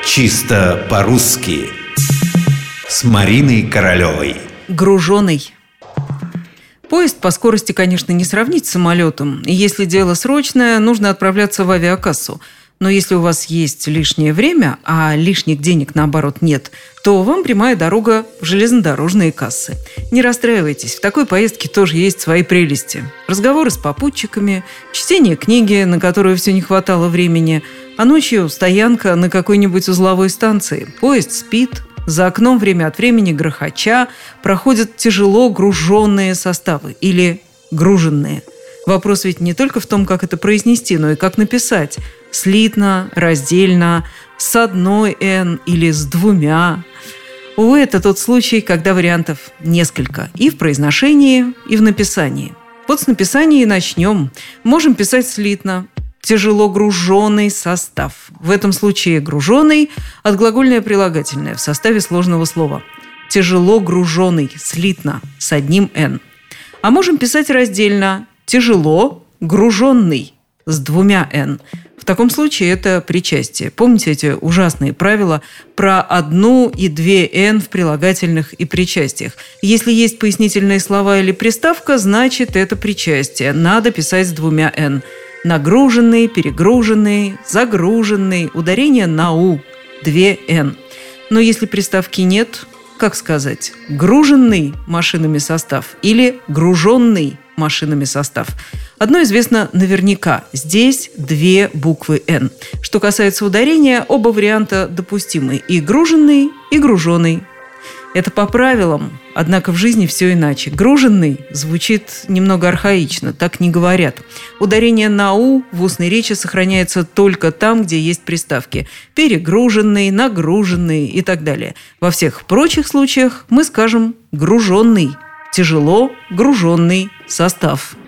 Чисто по-русски с Мариной Королевой. Груженый. Поезд по скорости, конечно, не сравнить с самолетом. И если дело срочное, нужно отправляться в авиакассу. Но если у вас есть лишнее время, а лишних денег, наоборот, нет, то вам прямая дорога в железнодорожные кассы. Не расстраивайтесь, в такой поездке тоже есть свои прелести. Разговоры с попутчиками, чтение книги, на которую все не хватало времени, а ночью стоянка на какой-нибудь узловой станции. Поезд спит, за окном время от времени грохоча проходят тяжело груженные составы или груженные. Вопрос ведь не только в том, как это произнести, но и как написать. Слитно, раздельно, с одной «н» или с двумя. Увы, это тот случай, когда вариантов несколько. И в произношении, и в написании. Вот с написания и начнем. Можем писать слитно. Тяжело груженный состав. В этом случае груженный – отглагольное прилагательное в составе сложного слова. Тяжело груженный, слитно, с одним «н». А можем писать раздельно. Тяжело груженный, с двумя «н». В таком случае это причастие. Помните эти ужасные правила про одну и две «н» в прилагательных и причастиях? Если есть пояснительные слова или приставка, значит это причастие. Надо писать с двумя «н». Нагруженный, перегруженный, загруженный, ударение на «у», две «н». Но если приставки нет, как сказать? Груженный машинами состав или груженный машинами состав. Одно известно наверняка. Здесь две буквы «н». Что касается ударения, оба варианта допустимы. И груженный, и груженый. Это по правилам, однако в жизни все иначе. Груженный звучит немного архаично, так не говорят. Ударение на «у» в устной речи сохраняется только там, где есть приставки. Перегруженный, нагруженный и так далее. Во всех прочих случаях мы скажем «груженный». Тяжело груженный состав.